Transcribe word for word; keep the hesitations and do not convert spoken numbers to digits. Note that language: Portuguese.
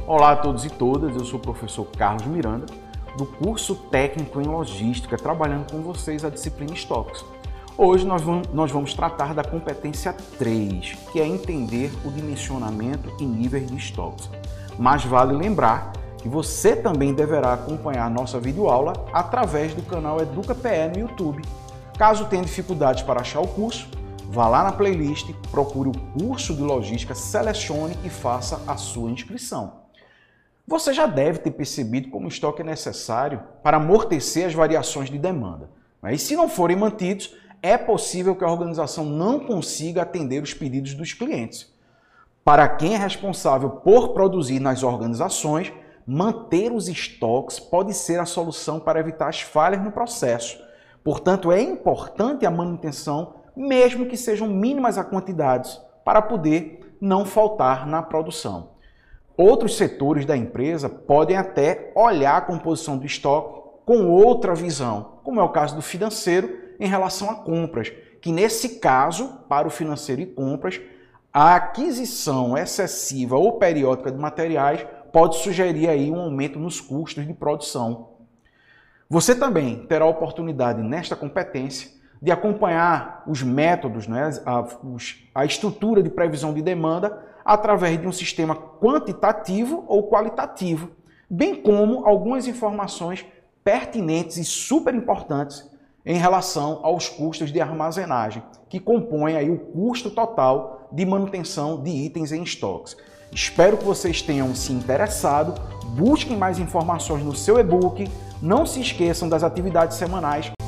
Olá a todos e todas, eu sou o professor Carlos Miranda, do curso técnico em logística, trabalhando com vocês a disciplina estoques. Hoje nós vamos, nós vamos tratar da competência três, que é entender o dimensionamento e níveis de estoques. Mas vale lembrar que você também deverá acompanhar a nossa videoaula através do canal EducaPE no YouTube. Caso tenha dificuldades para achar o curso, vá lá na playlist, procure o curso de logística, selecione e faça a sua inscrição. Você já deve ter percebido como o estoque é necessário para amortecer as variações de demanda. E se não forem mantidos, é possível que a organização não consiga atender os pedidos dos clientes. Para quem é responsável por produzir nas organizações, manter os estoques pode ser a solução para evitar as falhas no processo. Portanto, é importante a manutenção, mesmo que sejam mínimas as quantidades, para poder não faltar na produção. Outros setores da empresa podem até olhar a composição do estoque com outra visão, como é o caso do financeiro em relação a compras, que nesse caso, para o financeiro e compras, a aquisição excessiva ou periódica de materiais pode sugerir aí um aumento nos custos de produção. Você também terá a oportunidade nesta competência de acompanhar os métodos, né, a, a estrutura de previsão de demanda através de um sistema quantitativo ou qualitativo, bem como algumas informações pertinentes e super importantes em relação aos custos de armazenagem, que compõem aí o custo total de manutenção de itens em estoques. Espero que vocês tenham se interessado, busquem mais informações no seu e-book, não se esqueçam das atividades semanais